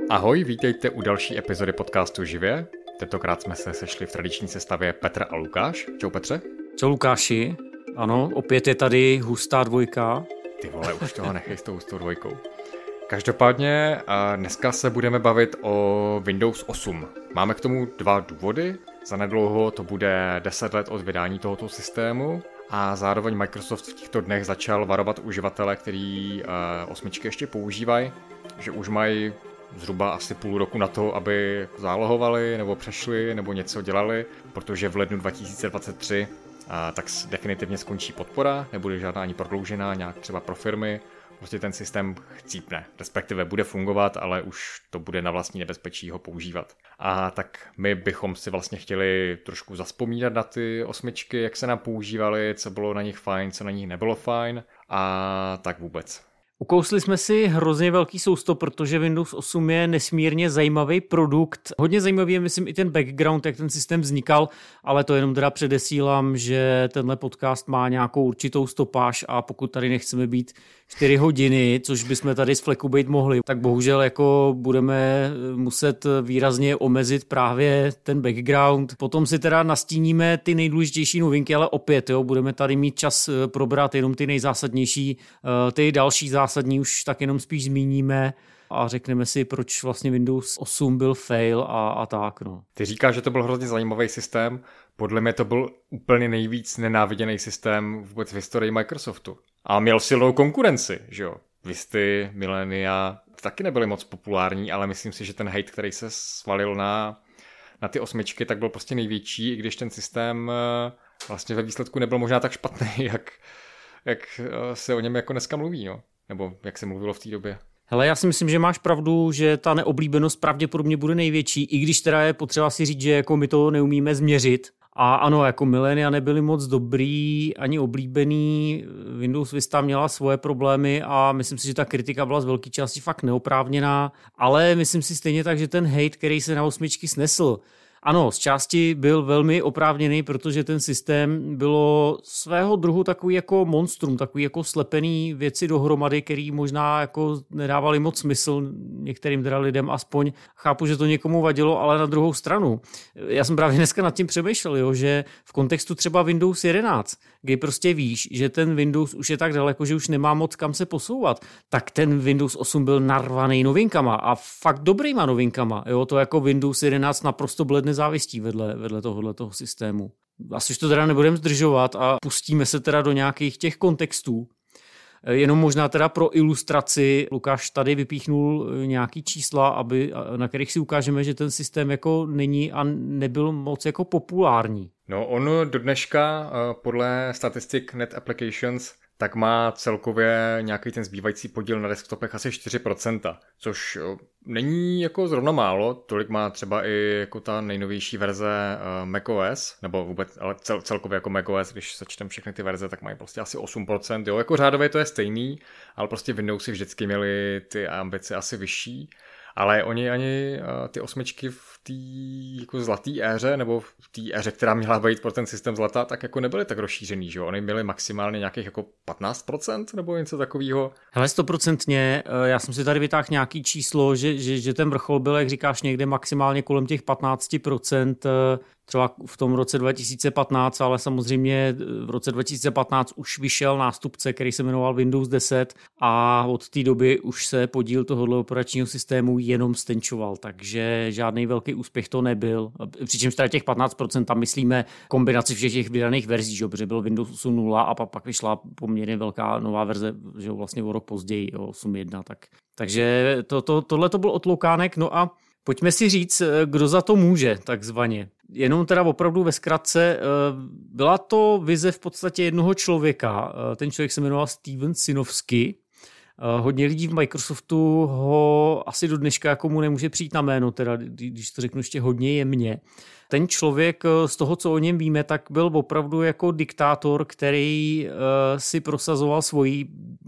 Ahoj, vítejte u další epizody podcastu Živě. Tentokrát jsme se sešli v tradiční sestavě Petr a Lukáš. Čau Petře. Čau Lukáši. Ano, opět je tady hustá dvojka. Ty vole, už toho nechej s tou hustou dvojkou. Každopádně dneska se budeme bavit o Windows 8. Máme k tomu dva důvody. Zanedlouho to bude 10 let od vydání tohoto systému a zároveň Microsoft v těchto dnech začal varovat uživatele, který osmičky ještě používají, že už mají zhruba asi půl roku na to, aby zálohovali nebo přešli nebo něco dělali, protože v lednu 2023 tak definitivně skončí podpora, nebude žádná ani prodloužená, nějak třeba pro firmy. Prostě ten systém chcípne, respektive bude fungovat, ale už to bude na vlastní nebezpečí ho používat. A tak my bychom si vlastně chtěli trošku zazpomínat na ty osmičky, jak se nám používaly, co bylo na nich fajn, co na nich nebylo fajn a tak vůbec. Ukousli jsme si hrozně velký sousto, protože Windows 8 je nesmírně zajímavý produkt. Hodně zajímavý je, myslím, i ten background, jak ten systém vznikal, ale to jenom teda předesílám, že tenhle podcast má nějakou určitou stopáž a pokud tady nechceme být 4 hodiny, což bychom tady z fleku být mohli, tak bohužel jako budeme muset výrazně omezit právě ten background. Potom si teda nastíníme ty nejdůležitější novinky, ale opět budeme tady mít čas probrat jenom ty nejzásadnější, ty další zásadní už tak jenom spíš zmíníme a řekneme si, proč vlastně Windows 8 byl fail a tak. No. Ty říkáš, že to byl hrozně zajímavý systém. Podle mě to byl úplně nejvíc nenáviděný systém vůbec v historii Microsoftu. A měl silnou konkurenci, že jo. Visty, Millennia taky nebyly moc populární, ale myslím si, že ten hate, který se svalil na ty osmičky, tak byl prostě největší, i když ten systém vlastně ve výsledku nebyl možná tak špatný, jak se o něm jako dneska mluví, no. Nebo jak se mluvilo v té době. Hele, já si myslím, že máš pravdu, že ta neoblíbenost pravděpodobně bude největší, i když teda je potřeba si říct, že jako my to neumíme změřit. A ano, jako Millennia nebyly moc dobrý, ani oblíbený, Windows Vista měla svoje problémy a myslím si, že ta kritika byla z velké části fakt neoprávněná, ale myslím si stejně tak, že ten hate, který se na osmičky snesl, ano, z části byl velmi oprávněný, protože ten systém bylo svého druhu takový jako monstrum, takový jako slepený věci dohromady, který možná jako nedávali moc smysl některým teda lidem aspoň. Chápu, že to někomu vadilo, ale na druhou stranu. Já jsem právě dneska nad tím přemýšlel, že v kontextu třeba Windows 11, kdy prostě víš, že ten Windows už je tak daleko, že už nemá moc kam se posouvat, tak ten Windows 8 byl narvaný novinkama a fakt dobrýma novinkama. Jo, to jako Windows 11 naprosto bledne závistí vedle tohoto systému. Asi to teda nebudeme zdržovat a pustíme se teda do nějakých těch kontextů. Jenom možná teda pro ilustraci Lukáš tady vypíchnul nějaký čísla, na kterých si ukážeme, že ten systém jako není a nebyl moc jako populární. No on do dneška podle statistik Net Applications tak má celkově nějaký ten zbývající podíl na desktopech asi 4%, což není jako zrovna málo, tolik má třeba i jako ta nejnovější verze macOS, nebo vůbec, ale celkově jako macOS, když sečtem všechny ty verze, tak mají prostě asi 8%, jo, jako řádově to je stejný, ale prostě Windowsy vždycky měly ty ambice asi vyšší. Ale oni ani ty osmičky v té jako zlaté éře, nebo v té éře, která měla být pro ten systém zlatá, tak jako nebyly tak rozšířený, že jo? Oni měli maximálně nějakých jako 15% nebo něco takového. Hele, 100%, já jsem si tady vytáhl nějaký číslo, že ten vrchol byl, jak říkáš, někde maximálně kolem těch 15%, třeba v tom roce 2015, ale samozřejmě v roce 2015 už vyšel nástupce, který se jmenoval Windows 10 a od té doby už se podíl tohoto operačního systému jenom stenčoval, takže žádný velký úspěch to nebyl. Přičemž teda těch 15% tam myslíme kombinaci všech těch vydaných verzí, že? Protože byl Windows 8.0 a pak vyšla poměrně velká nová verze, že vlastně o rok později, 8.1. Takže tohle to byl otloukánek, no a pojďme si říct, kdo za to může, takzvaně. Jenom teda opravdu ve zkratce, byla to vize v podstatě jednoho člověka, ten člověk se jmenoval Steven Sinofsky. Hodně lidí v Microsoftu ho asi do dneška jako mu nemůže přijít na jméno, teda když to řeknu ještě hodně jemně. Ten člověk, z toho, co o něm víme, tak byl opravdu jako diktátor, který si prosazoval svoji,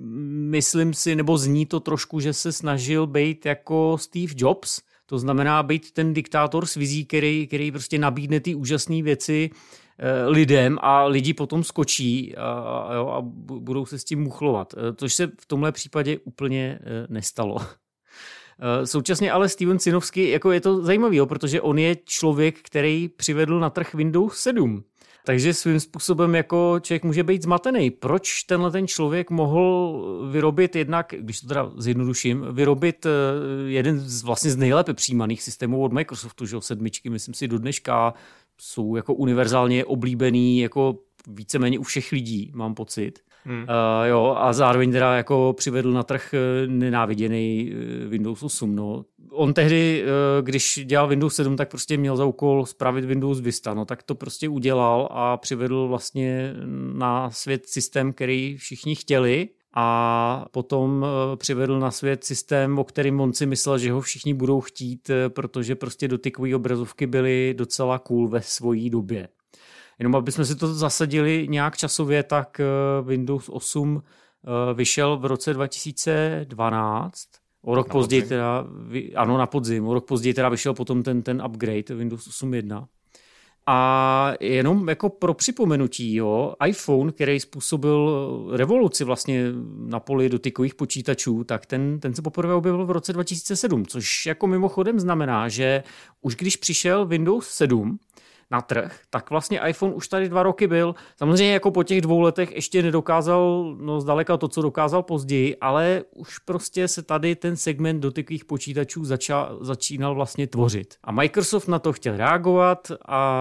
myslím si, nebo zní to trošku, že se snažil být jako Steve Jobs. To znamená být ten diktátor s vizí, který prostě nabídne ty úžasné věci lidem a lidi potom skočí a budou se s tím muchlovat. Což se v tomhle případě úplně nestalo. Současně ale Steven Sinofsky, jako je to zajímavý, protože on je člověk, který přivedl na trh Windows 7. Takže svým způsobem jako člověk může být zmatený. Proč tenhle ten člověk mohl vyrobit jednak, když to teda zjednoduším, vyrobit jeden z nejlépe přijímaných systémů od Microsoftu, že 7, myslím si do dneška jsou jako univerzálně oblíbený jako víceméně u všech lidí, mám pocit. A zároveň teda jako přivedl na trh nenáviděný Windows 8. No. On tehdy, když dělal Windows 7, tak prostě měl za úkol spravit Windows Vista, no tak to prostě udělal a přivedl vlastně na svět systém, který všichni chtěli, a potom přivedl na svět systém, o kterém on si myslel, že ho všichni budou chtít, protože prostě dotykové obrazovky byly docela cool ve svojí době. Jenom aby jsme si to zasadili nějak časově, tak Windows 8 vyšel v roce 2012. O rok později teda, ano, na podzim. O rok později teda vyšel potom ten upgrade Windows 8.1. A jenom jako pro připomenutí, iPhone, který způsobil revoluci vlastně na poli dotykových počítačů, tak ten se poprvé objevil v roce 2007, což jako mimochodem znamená, že už když přišel Windows 7 na trh, tak vlastně iPhone už tady 2 roky byl. Samozřejmě jako po těch 2 letech ještě nedokázal zdaleka to, co dokázal později, ale už prostě se tady ten segment dotykových počítačů začínal vlastně tvořit. A Microsoft na to chtěl reagovat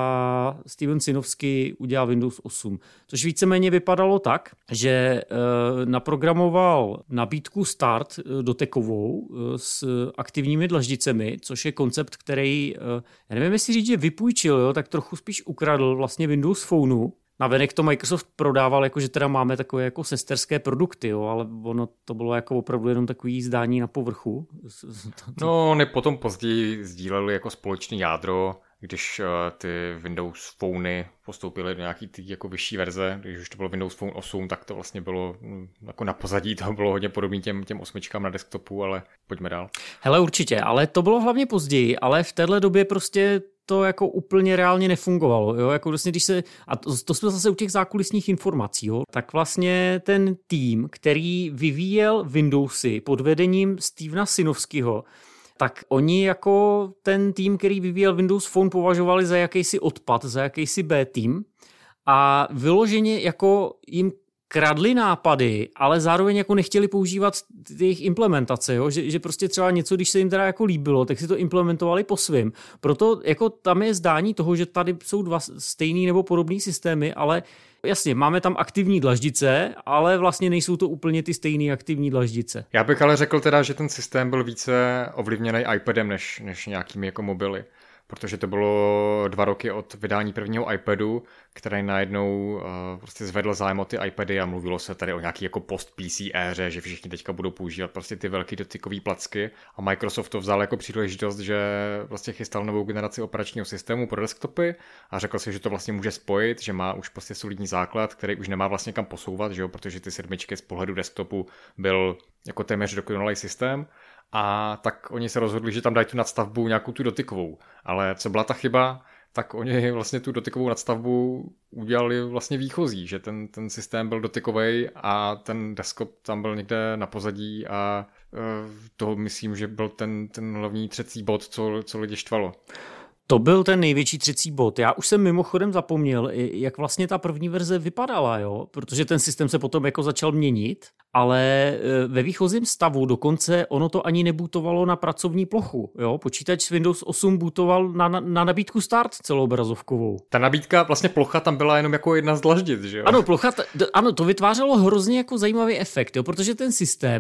a Steven Sinofsky udělal Windows 8, což víceméně vypadalo tak, že naprogramoval nabídku Start dotekovou s aktivními dlaždicemi, což je koncept, který, já nevím, jestli říct, že vypůjčil, tak trochu spíš ukradl vlastně Windows Phoneu. Navenek to Microsoft prodával, jakože teda máme takové jako sesterské produkty, ale ono to bylo jako opravdu jenom takový zdání na povrchu. No, oni potom později sdíleli jako společné jádro, když ty Windows Phony postoupily do nějaký ty jako vyšší verze, když už to bylo Windows Phone 8, tak to vlastně bylo jako na pozadí, to bylo hodně podobné těm 8 na desktopu, ale pojďme dál. Hele, určitě, ale to bylo hlavně později, ale v téhle době prostě to jako úplně reálně nefungovalo, jo, jako vlastně když se, a to jsme zase u těch zákulisních informací, jo, tak vlastně ten tým, který vyvíjel Windowsy pod vedením Stevena Sinofskyho, tak oni jako ten tým, který vyvíjel Windows Phone, považovali za jakýsi odpad, za jakýsi B tým a vyloženě jako jim kradli nápady, ale zároveň jako nechtěli používat jejich implementace, jo? Že prostě třeba něco, když se jim teda jako líbilo, tak si to implementovali po svým. Proto jako tam je zdání toho, že tady jsou 2 stejný nebo podobný systémy, ale jasně, máme tam aktivní dlaždice, ale vlastně nejsou to úplně ty stejný aktivní dlaždice. Já bych ale řekl teda, že ten systém byl více ovlivněný iPadem než nějakými jako mobily. Protože to bylo 2 roky od vydání prvního iPadu, který najednou prostě zvedl zájem o ty iPady a mluvilo se tady o nějaký jako post-PC éře, že všichni teďka budou používat prostě ty velký dotykový placky a Microsoft to vzal jako příležitost, že vlastně chystal novou generaci operačního systému pro desktopy a řekl si, že to vlastně může spojit, že má už prostě solidní základ, který už nemá vlastně kam posouvat, že jo, protože ty 7 z pohledu desktopu byl jako téměř dokonalý systém. A tak oni se rozhodli, že tam dají tu nadstavbu nějakou tu dotykovou. Ale co byla ta chyba, tak oni vlastně tu dotykovou nadstavbu udělali vlastně výchozí, že ten systém byl dotykovej a ten desktop tam byl někde na pozadí a to myslím, že byl ten hlavní třecí bod, co lidi štvalo. To byl ten největší třecí bod. Já už jsem mimochodem zapomněl, jak vlastně ta první verze vypadala, jo? Protože ten systém se potom jako začal měnit, ale ve výchozím stavu dokonce ono to ani nebootovalo na pracovní plochu. Jo? Počítač s Windows 8 bootoval na nabídku Start celobrazovkovou. Ta nabídka, vlastně plocha tam byla jenom jako jedna z dlaždic, že jo? Ano, ano, to vytvářelo hrozně jako zajímavý efekt, jo? Protože ten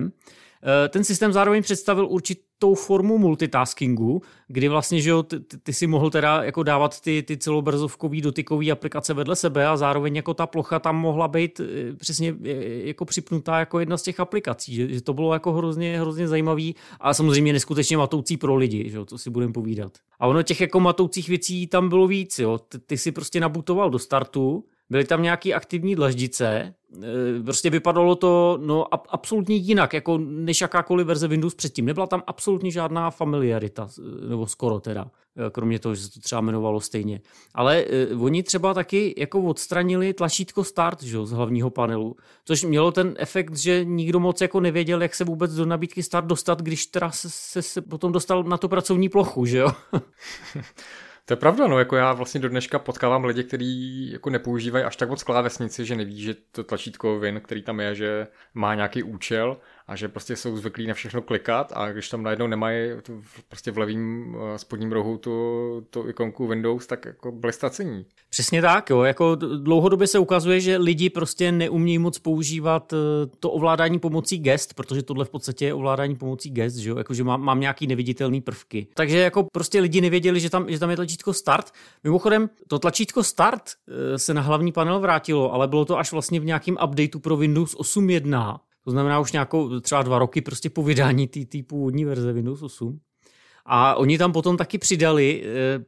systém zároveň představil určitou formu multitaskingu, kdy vlastně, že jo, ty si mohl teda jako dávat ty celobrazovkový dotykové aplikace vedle sebe a zároveň jako ta plocha tam mohla být přesně jako připnutá jako jedna z těch aplikací, že to bylo jako hrozně zajímavý a samozřejmě neskutečně matoucí pro lidi, že jo, to si budeme povídat. A ono těch jako matoucích věcí tam bylo víc, jo, ty si prostě nabutoval do Startu, byly tam nějaký aktivní dlaždice, prostě vypadalo to absolutně jinak, jako než jakákoliv verze Windows předtím. Nebyla tam absolutně žádná familiarita, nebo skoro teda, kromě toho, že se to třeba jmenovalo stejně. Ale oni třeba taky jako odstranili tlačítko Start, že, z hlavního panelu, což mělo ten efekt, že nikdo moc jako nevěděl, jak se vůbec do nabídky Start dostat, když teda se potom dostal na tu pracovní plochu, že jo? To je pravda, no, jako já vlastně do dneška potkávám lidi, kteří jako nepoužívají až tak moc klávesnici, že neví, že to tlačítko Win, který tam je, že má nějaký účel a že prostě jsou zvyklí na všechno klikat a když tam najednou nemají prostě v levém spodním rohu tu ikonku Windows, tak jako byli ztracení. Přesně tak, jo, jako dlouhodobě se ukazuje, že lidi prostě neumějí moc používat to ovládání pomocí gest, protože tohle v podstatě je ovládání pomocí gest, že jo, jakože mám nějaký neviditelný prvky. Takže jako prostě lidi nevěděli, že tam je tlačítko Start. Mimochodem, to tlačítko Start se na hlavní panel vrátilo, ale bylo to až vlastně v nějakém updateu pro Windows 8.1. To znamená už nějakou třeba 2 roky prostě po vydání té původní verze Windows 8. A oni tam potom taky přidali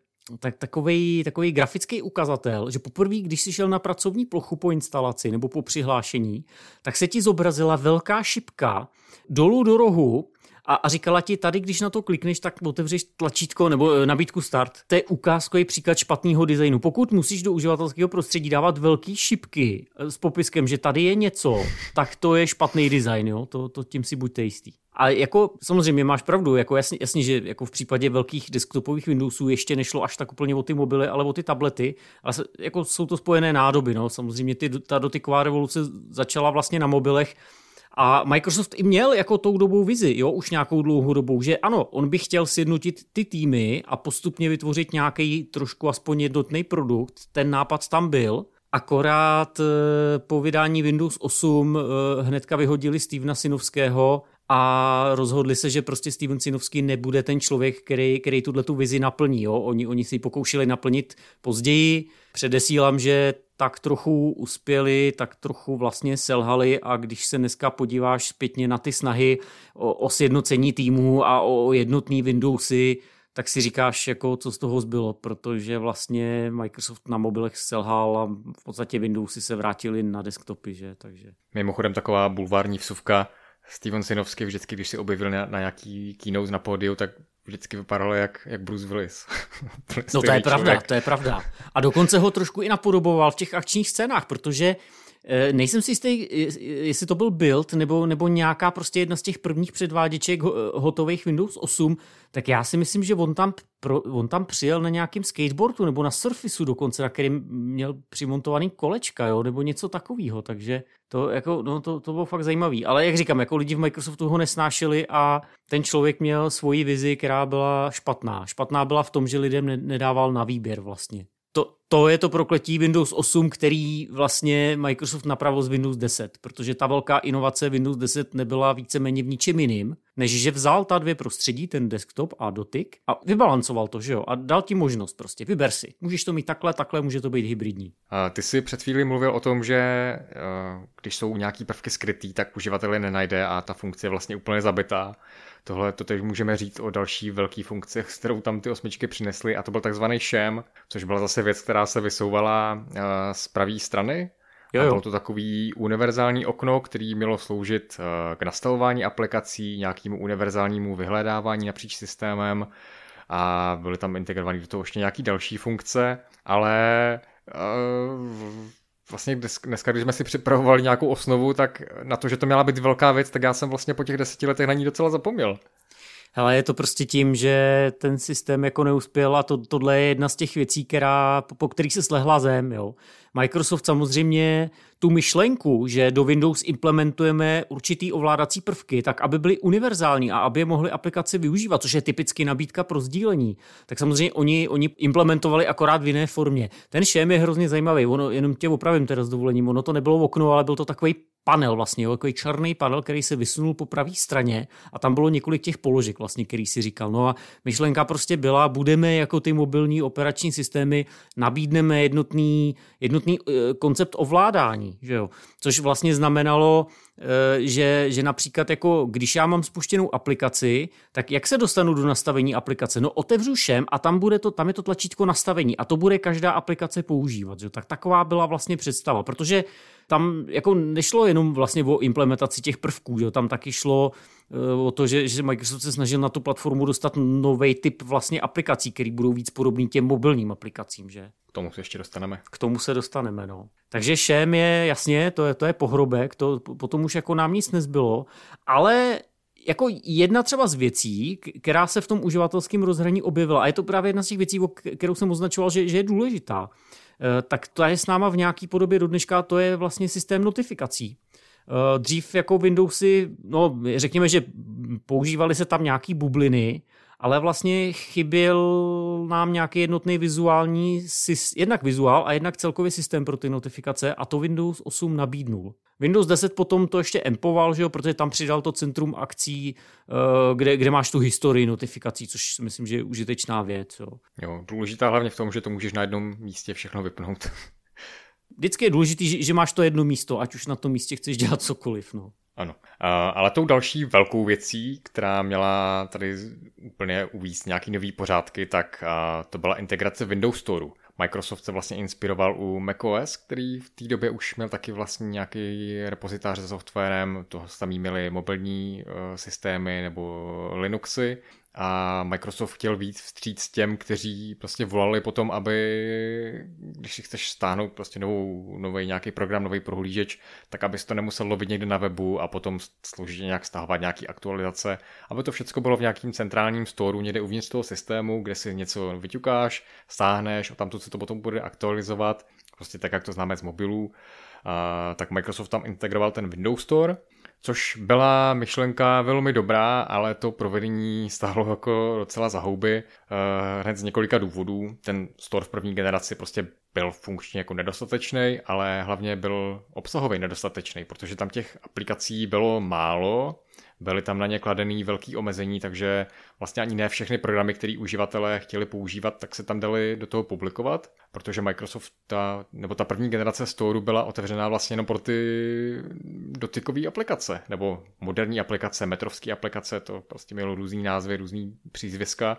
takový grafický ukazatel, že poprvé, když jsi šel na pracovní plochu po instalaci nebo po přihlášení, tak se ti zobrazila velká šipka dolů do rohu a říkala ti tady, když na to klikneš, tak otevřeš tlačítko nebo nabídku Start. To je ukázkový příklad špatného designu. Pokud musíš do uživatelského prostředí dávat velký šipky s popiskem, že tady je něco, tak to je špatný design, jo? To tím si buďte jistý. A jako samozřejmě máš pravdu, jako jasně, že jako v případě velkých desktopových Windowsů ještě nešlo až tak úplně o ty mobily, ale o ty tablety, ale jako jsou to spojené nádoby, no. Samozřejmě ta dotyková revoluce začala vlastně na mobilech. A Microsoft i měl jako tou dobou vizi, jo, už nějakou dlouhou dobou, že ano, on by chtěl sjednotit ty týmy a postupně vytvořit nějaký trošku aspoň jednotný produkt, ten nápad tam byl, akorát po vydání Windows 8 hnedka vyhodili Stevena Sinovského a rozhodli se, že prostě Steven Sinovský nebude ten člověk, který tu vizi naplní, jo, oni si ji pokoušeli naplnit později, předesílám, že tak trochu uspěli, tak trochu vlastně selhali a když se dneska podíváš zpětně na ty snahy o sjednocení týmů a o jednotný Windowsy, tak si říkáš, jako, co z toho zbylo, protože vlastně Microsoft na mobilech selhal a v podstatě Windowsy se vrátily na desktopy, že, takže. Mimochodem taková bulvární vsuvka, Steven Sinovský vždycky, když se objevil na nějaký keynote na pódiu, tak vždycky vypadalo jak Bruce Willis. No to je pravda. A dokonce ho trošku i napodoboval v těch akčních scénách, protože nejsem si jistý, jestli to byl build nebo nějaká prostě jedna z těch prvních předváděček hotových Windows 8, tak já si myslím, že on tam přijel na nějakém skateboardu nebo na Surfaceu dokonce, na kterým měl přimontovaný kolečka, jo, nebo něco takového, takže to, jako, no, to bylo fakt zajímavý. Ale jak říkám, jako lidi v Microsoftu ho nesnášeli a ten člověk měl svoji vizi, která byla špatná. Špatná byla v tom, že lidem nedával na výběr vlastně. To je to prokletí Windows 8, který vlastně Microsoft napravil z Windows 10, protože ta velká inovace Windows 10 nebyla víceméně v ničem jiným, než že vzal ta 2 prostředí, ten desktop a dotyk a vybalancoval to, že jo, a dal ti možnost prostě, vyber si. Můžeš to mít takhle, může to být hybridní. A ty jsi před chvílí mluvil o tom, že když jsou nějaký prvky skrytý, tak uživatel je nenajde a ta funkce je vlastně úplně zabitá. Tohle to teď můžeme říct o další velké funkci, s kterou tam ty 8 přinesly, a to byl takzvaný sham, což byla zase věc, která se vysouvala z pravé strany. A bylo to takový univerzální okno, který mělo sloužit k nastavování aplikací, nějakému univerzálnímu vyhledávání napříč systémem a byly tam integrované do toho ještě nějaké další funkce, ale vlastně dneska, když jsme si připravovali nějakou osnovu, tak na to, že to měla být velká věc, tak já jsem vlastně po těch 10 letech na ní docela zapomněl. Hele, je to prostě tím, že ten systém jako neuspěl a tohle je jedna z těch věcí, po kterých se slehla zem. Jo. Microsoft samozřejmě tu myšlenku, že do Windows implementujeme určitý ovládací prvky, tak aby byly univerzální a aby je mohly aplikace využívat, což je typicky nabídka pro sdílení. Tak samozřejmě oni implementovali akorát v jiné formě. Ten sham je hrozně zajímavý, jenom tě opravím teda s dovolením, ono to nebylo okno, ale byl to takový panel vlastně, takový černý panel, který se vysunul po pravé straně a tam bylo několik těch položek vlastně, který si říkal. No a myšlenka prostě byla, budeme jako ty mobilní operační systémy, nabídneme jednotný koncept ovládání, že jo? Což vlastně znamenalo, že například jako když já mám spuštěnou aplikaci, tak jak se dostanu do nastavení aplikace? No otevřu šem a tam je to tlačítko nastavení a to bude každá aplikace používat. Že? Tak taková byla vlastně představa, protože tam jako nešlo jenom vlastně o implementaci těch prvků, že? Tam taky šlo o to, že Microsoft se snažil na tu platformu dostat nový typ vlastně aplikací, které budou víc podobný těm mobilním aplikacím. Že? K tomu se ještě dostaneme. K tomu se dostaneme, no. Takže šem je jasně, to je pohrobek, to potom už jako nám nic nezbylo, ale jako jedna třeba z věcí, která se v tom uživatelském rozhraní objevila, a je to právě jedna z těch věcí, kterou jsem označoval, že je důležitá, tak to je s náma v nějaký podobě do dneška, to je vlastně systém notifikací. Dřív jako Windowsy, no řekněme, že používaly se tam nějaký bubliny, ale vlastně chyběl nám nějaký jednotný jednak vizuál a jednak celkový systém pro ty notifikace a to Windows 8 nabídnul. Windows 10 potom to ještě empoval, že jo, protože tam přidal to centrum akcí, kde máš tu historii notifikací, což si myslím, že je užitečná věc. Jo, důležitá hlavně v tom, že to můžeš na jednom místě všechno vypnout. Vždycky je důležitý, že máš to jedno místo, ať už na tom místě chceš dělat cokoliv. No. Ano, ale tou další velkou věcí, která měla tady úplně uvést nějaký nový pořádky, tak to byla integrace Windows Store. Microsoft se vlastně inspiroval u macOS, který v té době už měl taky vlastně nějaký repozitář se softwarem, toho samý měli mobilní systémy nebo Linuxy a Microsoft chtěl víc vstříc těm, kteří prostě volali potom, aby když si chceš stáhnout prostě nový nějaký program, nový prohlížeč, tak abys to nemusel lovit někde na webu a potom složitě nějak stahovat nějaký aktualizace, aby to všechno bylo v nějakým centrálním storu někde uvnitř toho systému, kde si něco vyťukáš, stáhneš a tamtud se to potom bude aktualizovat, prostě tak, jak to známe z mobilů. Tak Microsoft tam integroval ten Windows Store, což byla myšlenka velmi dobrá, ale to provedení stálo jako docela za houby, hned z několika důvodů. Ten store v první generaci prostě byl funkčně jako nedostatečný, ale hlavně byl obsahově nedostatečný, protože tam těch aplikací bylo málo, byly tam na ně kladený velký omezení, takže vlastně ani ne všechny programy, které uživatelé chtěli používat, tak se tam dali do toho publikovat, protože Microsoft, ta první generace Storeu byla otevřená vlastně jenom pro ty dotykové aplikace, nebo moderní aplikace, metrovské aplikace, to prostě mělo různý názvy, různý přízviska.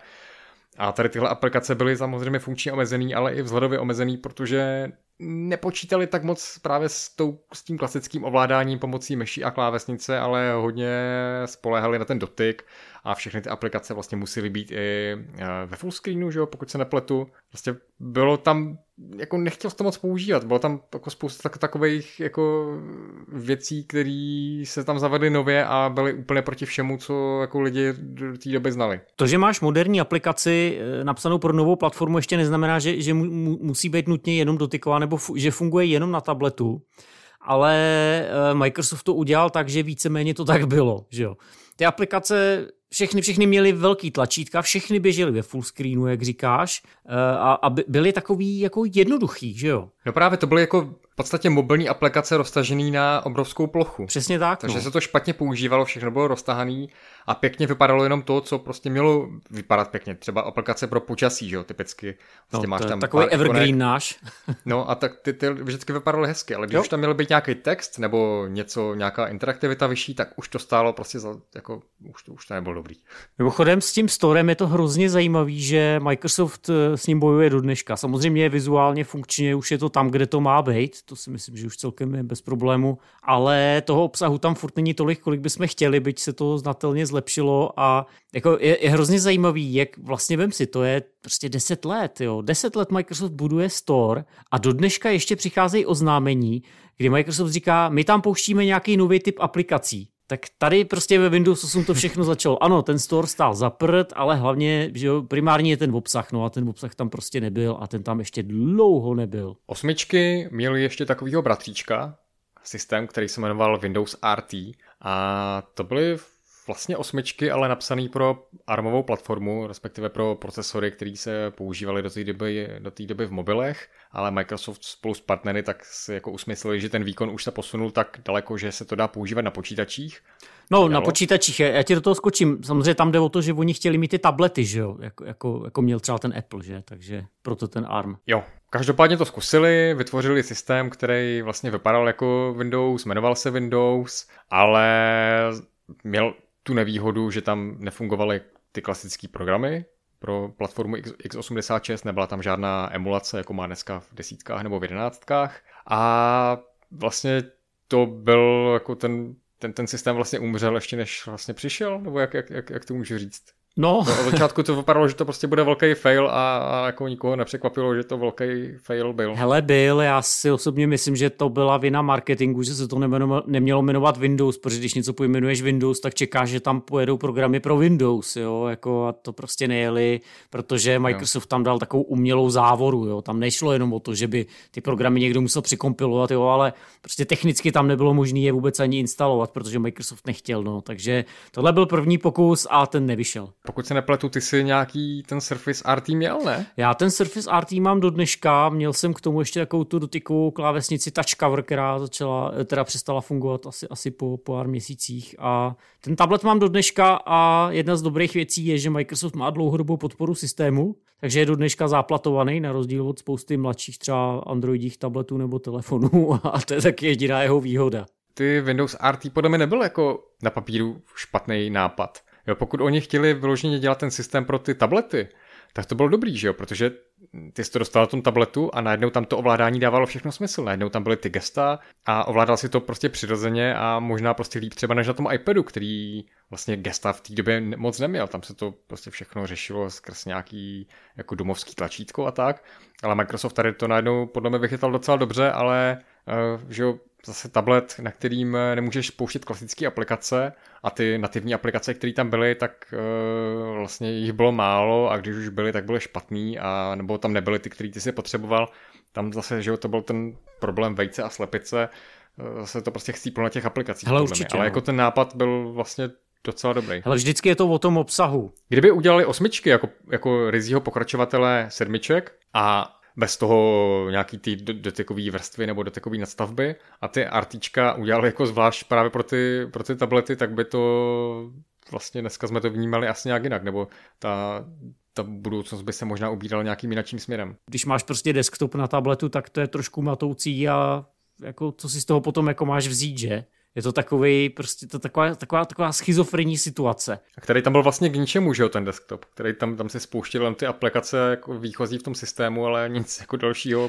A tady tyhle aplikace byly samozřejmě funkčně omezený, ale i vzhledově omezený, protože nepočítali tak moc právě s tím klasickým ovládáním pomocí myší a klávesnice, ale hodně spoléhali na ten dotyk a všechny ty aplikace vlastně musely být i ve full screenu, že jo, pokud se nepletu. Vlastně bylo tam, jako nechtěl to moc používat, bylo tam jako spousta takových jako věcí, které se tam zavedly nově a byly úplně proti všemu, co jako lidi do té doby znali. To, že máš moderní aplikaci napsanou pro novou platformu, ještě neznamená, že musí být nutně jenom dotyková nebo že funguje jenom na tabletu, ale Microsoft to udělal tak, že víceméně to tak bylo, že jo. Ty aplikace všechny měly velký tlačítka, všechny běžely ve full screenu, jak říkáš, a byly takový jako jednoduchý, že jo. No právě to byly jako v podstatě mobilní aplikace roztažený na obrovskou plochu. Přesně tak. Takže se to špatně používalo, všechno bylo roztahaný a pěkně vypadalo jenom to, co prostě mělo vypadat pěkně. Třeba aplikace pro počasí, že jo, typicky. Vlastně máš tam takový evergreen náš. No a tak ty vždycky vypadaly hezky, ale když už tam měl být nějaký text nebo nějaká interaktivita vyšší, tak už to stálo prostě už to nebylo dobrý. Mimochodem s tím storem je to hrozně zajímavý, že Microsoft s ním bojuje do dneška. Samozřejmě vizuálně, funkčně už je to tam, kde to má být. To si myslím, že už celkem je bez problému, ale toho obsahu tam furt není tolik, kolik bychom chtěli, byť se to znatelně zlepšilo a jako je hrozně zajímavý, jak vlastně vem si, to je prostě 10 let, jo. 10 let Microsoft buduje store a do dneška ještě přicházejí oznámení, kdy Microsoft říká, my tam pouštíme nějaký nový typ aplikací. Tak tady prostě ve Windows 8 to všechno začalo. Ano, ten store stál za prd, ale hlavně, že jo, primárně je ten obsah, no a ten obsah tam prostě nebyl a ten tam ještě dlouho nebyl. Osmičky měly ještě takovýho bratříčka, systém, který se jmenoval Windows RT a to byly vlastně osmičky, ale napsaný pro ARMovou platformu, respektive pro procesory, které se používaly do té doby v mobilech, ale Microsoft spolu s partnery tak si jako usmysleli, že ten výkon už se posunul tak daleko, že se to dá používat na počítačích. No, na počítačích, já ti do toho skočím. Samozřejmě tam jde o to, že oni chtěli mít ty tablety, že jo, jako měl třeba ten Apple, že, takže proto ten ARM. Jo, každopádně to zkusili, vytvořili systém, který vlastně vypadal jako Windows, jmenoval se Windows, ale měl tu nevýhodu, že tam nefungovaly ty klasické programy pro platformu x86, nebyla tam žádná emulace, jako má dneska v desítkách nebo v 11. A vlastně to byl jako ten systém vlastně umřel ještě než vlastně přišel, nebo jak to můžu říct? No. Od začátku to vypadalo, že to prostě bude velký fail a jako nikoho nepřekvapilo, že to velký fail byl. Hele, já si osobně myslím, že to byla vina marketingu, že se to nemělo jmenovat Windows, protože když něco pojmenuješ Windows, tak čekáš, že tam pojedou programy pro Windows, jo, jako a to prostě nejeli, protože Microsoft tam dal takovou umělou závoru, jo, tam nešlo jenom o to, že by ty programy někdo musel přikompilovat, jo, ale prostě technicky tam nebylo možné je vůbec ani instalovat, protože Microsoft nechtěl, no, takže tohle byl první pokus a ten nevyšel. Pokud se nepletu, ty jsi nějaký ten Surface RT měl, ne? Já ten Surface RT mám do dneška, měl jsem k tomu ještě takovou tu dotykovou klávesnici Touch Cover, která přestala fungovat asi po pár měsících a ten tablet mám do dneška a jedna z dobrých věcí je, že Microsoft má dlouhodobou podporu systému, takže je do dneška záplatovaný, na rozdíl od spousty mladších třeba androidích tabletů nebo telefonů a to je taky jediná jeho výhoda. Ty Windows RT podle mě nebyl jako na papíru špatný nápad. Jo, pokud oni chtěli vyloženě dělat ten systém pro ty tablety, tak to bylo dobrý, že jo, protože ty jsi to dostal na tom tabletu a najednou tam to ovládání dávalo všechno smysl. Najednou tam byly ty gesta a ovládal si to prostě přirozeně a možná prostě líp třeba než na tom iPadu, který vlastně gesta v té době moc neměl. Tam se to prostě všechno řešilo skrz nějaký jako domovský tlačítko a tak. Ale Microsoft tady to najednou podle mě vychytal docela dobře, ale že jo, zase tablet, na kterým nemůžeš pouštět klasické aplikace a ty nativní aplikace, které tam byly, tak vlastně jich bylo málo a když už byly, tak byly špatný a nebo tam nebyly ty, který ty si potřeboval. Tam zase, že jo, to byl ten problém vejce a slepice, zase to prostě chcíplo na těch aplikacích. Hele, určitě, ale jako ten nápad byl vlastně docela dobrý. Ale vždycky je to o tom obsahu. Kdyby udělali osmičky jako ryzího pokračovatele sedmiček a bez toho nějaký ty dotykový vrstvy nebo dotykový nadstavby a ty RTčka udělali jako zvlášť právě pro ty tablety, tak by to vlastně dneska jsme to vnímali asi nějak jinak, nebo ta budoucnost by se možná ubírala nějakým jinakým směrem. Když máš prostě desktop na tabletu, tak to je trošku matoucí a jako co si z toho potom jako máš vzít, že? Je to takový, prostě to taková schizofrenní situace. A který tam byl vlastně k ničemu, že jo, ten desktop, který tam si spouštěl jen ty aplikace jako výchozí v tom systému, ale nic jako dalšího.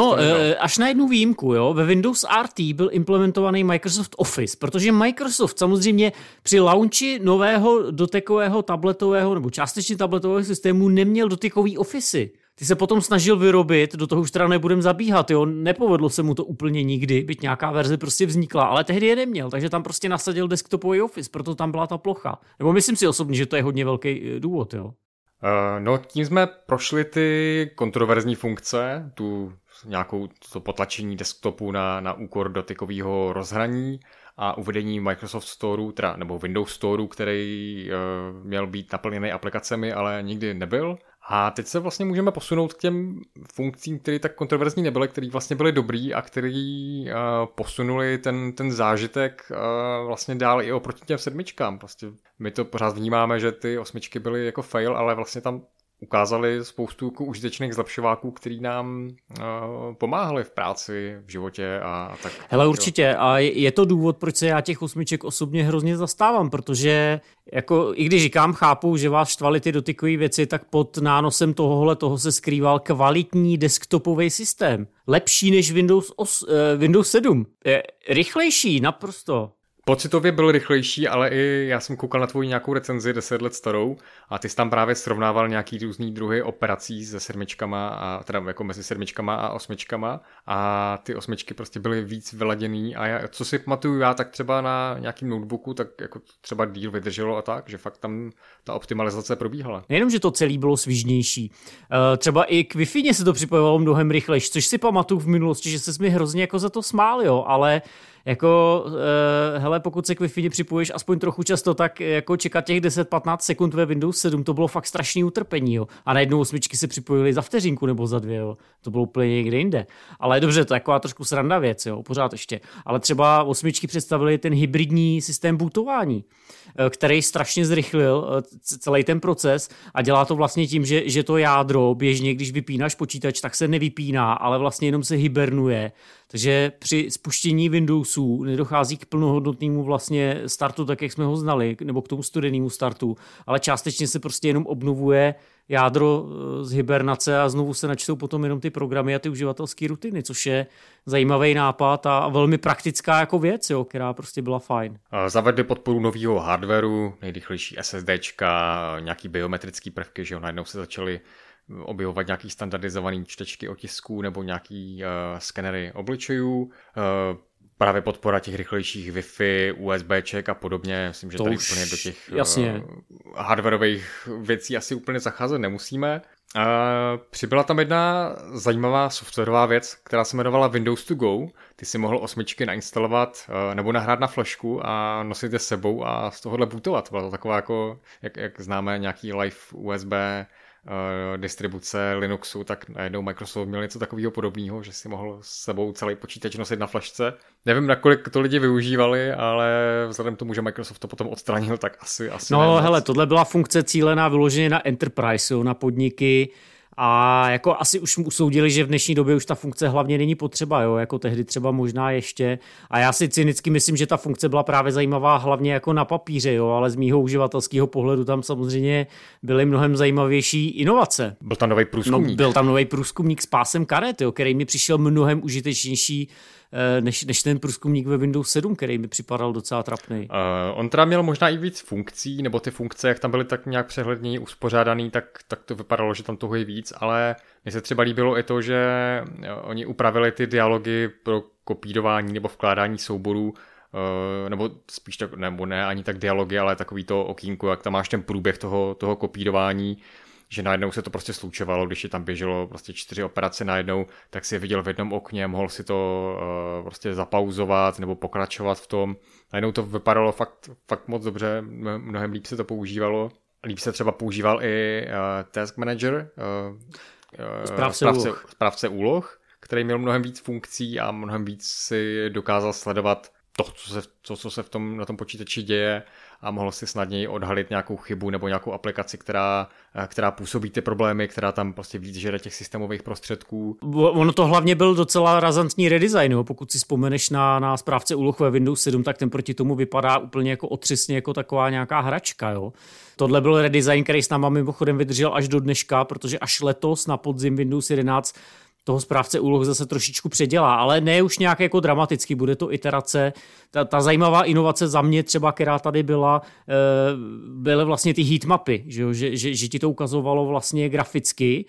Až na jednu výjimku, jo, ve Windows RT byl implementovaný Microsoft Office, protože Microsoft samozřejmě při launchi nového dotykového tabletového nebo částečně tabletového systému neměl dotykový Office. Ty se potom snažil vyrobit, do toho už teda nebudem zabíhat, jo, nepovedlo se mu to úplně nikdy, byť nějaká verze prostě vznikla, ale tehdy je neměl, takže tam prostě nasadil desktopový Office, proto tam byla ta plocha. Nebo myslím si osobně, že to je hodně velký důvod, jo. No tím jsme prošli ty kontroverzní funkce, nějakou to potlačení desktopu na úkor dotykového rozhraní a uvedení Microsoft Storeu, nebo Windows Storeu, který měl být naplněný aplikacemi, ale nikdy nebyl. A teď se vlastně můžeme posunout k těm funkcím, které tak kontroverzní nebyly, které vlastně byly dobrý a který posunuli ten zážitek vlastně dál i oproti těm sedmičkám. Prostě my to pořád vnímáme, že ty osmičky byly jako fail, ale vlastně tam ukázali spoustu užitečných zlepšováků, který nám pomáhali v práci, v životě a tak. Hele, určitě. A je to důvod, proč se já těch osmiček osobně hrozně zastávám, protože jako, i když chápu, že vás štvaly ty dotykové věci, tak pod nánosem toho se skrýval kvalitní desktopový systém. Lepší než Windows 7. Rychlejší, naprosto. Pocitově byl rychlejší, ale i já jsem koukal na tvoji nějakou recenzi 10 let starou a ty jsi tam právě srovnával nějaký různý druhy operací se sedmičkama a teda jako mezi sedmičkama a osmičkama a ty osmičky prostě byly víc vyladěný a co si pamatuju já, tak třeba na nějakým notebooku, tak jako třeba díl vydrželo a tak, že fakt tam ta optimalizace probíhala. Nejenom, že to celý bylo svižnější. Třeba i k Wi-Fi se to připojovalo mnohem rychlejší, což si pamatuju v minulosti, že ses mi hrozně jako za to smál, jo, ale Jako, hele, pokud se k Wi-Fi připojíš aspoň trochu často, tak jako čekat těch 10-15 sekund ve Windows 7, to bylo fakt strašný utrpení, jo. A najednou osmičky se připojily za vteřinku nebo za 2, jo. To bylo úplně někde jinde. Ale dobře, to je taková trošku sranda věc, jo, pořád ještě. Ale třeba osmičky představili ten hybridní systém bootování, který strašně zrychlil celý ten proces a dělá to vlastně tím, že to jádro běžně, když vypínáš počítač, tak se nevypíná, ale vlastně jenom se hibernuje. Takže při spuštění Windowsů nedochází k plnohodnotnému vlastně startu, tak jak jsme ho znali, nebo k tomu studenému startu, ale částečně se prostě jenom obnovuje jádro z hibernace a znovu se načtou potom jenom ty programy a ty uživatelské rutiny, což je zajímavý nápad a velmi praktická jako věc, jo, která prostě byla fajn. Zavedli podporu nového hardwareu, nejrychlejší SSDčka, nějaký biometrický prvky, že jo, najednou se začaly objevovat nějaký standardizovaný čtečky otisků nebo nějaký skenery obličejů. Právě podpora těch rychlejších Wi-Fi, USBček a podobně. Myslím, že to tady úplně do těch hardwarových věcí asi úplně zacházet nemusíme. Přibyla tam jedna zajímavá softwarová věc, která se jmenovala Windows to Go. Ty si mohl osmičky nainstalovat nebo nahrát na flašku a nosit je s sebou a z tohohle bootovat. Byla to taková jako, jak známe nějaký live USB distribuce Linuxu, tak najednou Microsoft měl něco takového podobného, že si mohl s sebou celý počítač nosit na flašce. Nevím, nakolik to lidi využívali, ale vzhledem k tomu, že Microsoft to potom odstranil, tak asi no hele, tohle byla funkce cílená vyloženě na enterprise, jo, na podniky. A jako asi už usoudili, že v dnešní době už ta funkce hlavně není potřeba, jo, jako tehdy třeba možná ještě. A já si cynicky myslím, že ta funkce byla právě zajímavá hlavně jako na papíře, jo, ale z mýho uživatelského pohledu tam samozřejmě byly mnohem zajímavější inovace. Byl tam nový průzkumník. No, byl tam nový průzkumník s pásem karet, jo, který mi přišel mnohem užitečnější než ten průzkumník ve Windows 7, který mi připadal docela trapný. On teda měl možná i víc funkcí, nebo ty funkce, jak tam byly tak nějak přehledněji uspořádaný, tak to vypadalo, že tam toho je víc, ale mně se třeba líbilo i to, že oni upravili ty dialogy pro kopírování nebo vkládání souborů, nebo spíš tak, nebo ne ani tak dialogy, ale takový to okýnko, jak tam máš ten průběh toho kopírování, že najednou se to prostě slučovalo, když je tam běželo prostě 4 operace najednou, tak si je viděl v jednom okně, mohl si to prostě zapauzovat nebo pokračovat v tom. Najednou to vypadalo fakt moc dobře, mnohem líp se to používalo. Líp se třeba používal i Task Manager, správce úloh, který měl mnohem víc funkcí a mnohem víc si dokázal sledovat to, co se na tom počítači děje a mohl si snadněji odhalit nějakou chybu nebo nějakou aplikaci, která působí ty problémy, která tam prostě víc žere těch systémových prostředků. Ono to hlavně byl docela razantní redesign, jo? Pokud si vzpomeneš na správce úloh ve Windows 7, tak ten proti tomu vypadá úplně jako otřesně jako taková nějaká hračka. Jo? Tohle byl redesign, který s náma mimochodem vydržel až do dneška, protože až letos na podzim Windows 11 toho správce úloh zase trošičku předělá, ale ne už nějak jako dramaticky, bude to iterace. Ta zajímavá inovace za mě třeba, která tady byla, byly vlastně ty heatmapy, že ti to ukazovalo vlastně graficky,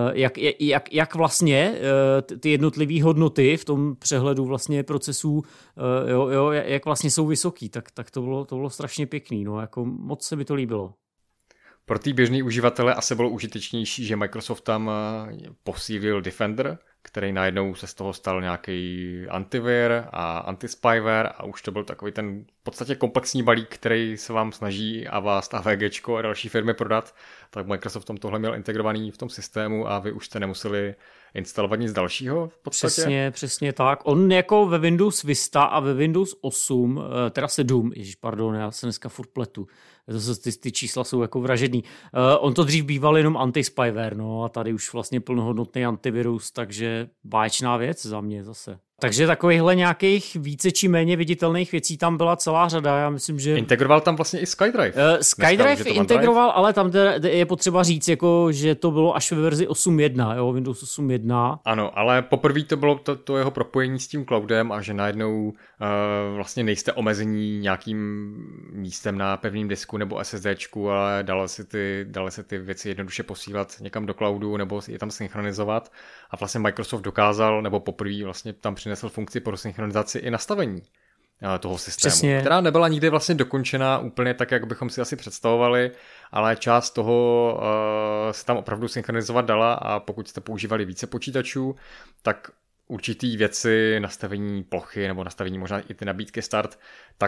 jak vlastně ty jednotlivé hodnoty v tom přehledu vlastně procesů, jak vlastně jsou vysoký, tak to bylo strašně pěkný, no, jako moc se mi to líbilo. Pro ty běžný uživatele asi bylo užitečnější, že Microsoft tam posílil Defender, který najednou se z toho stal nějaký antivir a anti-spyware a už to byl takový ten v podstatě komplexní balík, který se vám snaží Avast, AVGčko a další firmy prodat, tak Microsoft tam tohle měl integrovaný v tom systému a vy už jste nemuseli instalovat nic dalšího v podstatě. Přesně tak. On jako ve Windows Vista a ve Windows 8, teda 7, já se dneska furt pletu, ty čísla jsou jako vražedný. On to dřív býval jenom anti-spyware, no a tady už vlastně plnohodnotný antivirus, takže báječná věc za mě zase. Takže takovýchhle nějakých více či méně viditelných věcí tam byla celá řada, já myslím, že... Integroval tam vlastně i SkyDrive. SkyDrive integroval, ale tam je potřeba říct, jako, že to bylo až ve verzi 8.1, jo, Windows 8.1. Ano, ale poprvé to bylo to jeho propojení s tím cloudem a že najednou vlastně nejste omezení nějakým místem na pevném disku nebo SSDčku, ale dalo se ty věci jednoduše posílat někam do cloudu nebo je tam synchronizovat a vlastně Microsoft dokázal, nebo poprvé vlastně tam přinesl funkci pro synchronizaci i nastavení toho systému, Přesně. Která nebyla nikdy vlastně dokončená úplně tak, jak bychom si asi představovali, ale část toho se tam opravdu synchronizovat dala a pokud jste používali více počítačů, tak určitý věci, nastavení plochy nebo nastavení možná i ty nabídky start, tak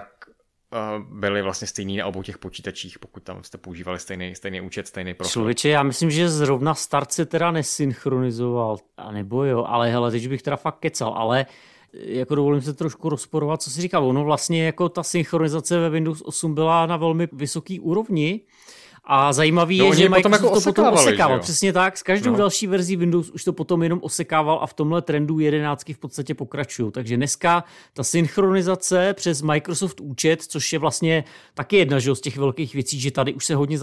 byly vlastně stejný na obou těch počítačích, pokud tam jste používali stejný účet, stejný profil. Člověče, já myslím, že zrovna start se teda nesynchronizoval, a nebo jo, ale hele, teď bych teda fakt kecal, ale jako dovolím se trošku rozporovat, co jsi říkal, ono vlastně jako ta synchronizace ve Windows 8 byla na velmi vysoký úrovni. A zajímavý je, že Microsoft to potom osekával. Přesně tak, s každou další verzí Windows už to potom jenom osekával a v tomhle trendu 11 v podstatě pokračují. Takže dneska ta synchronizace přes Microsoft účet, což je vlastně taky jedna z těch velkých věcí, že tady už se hodně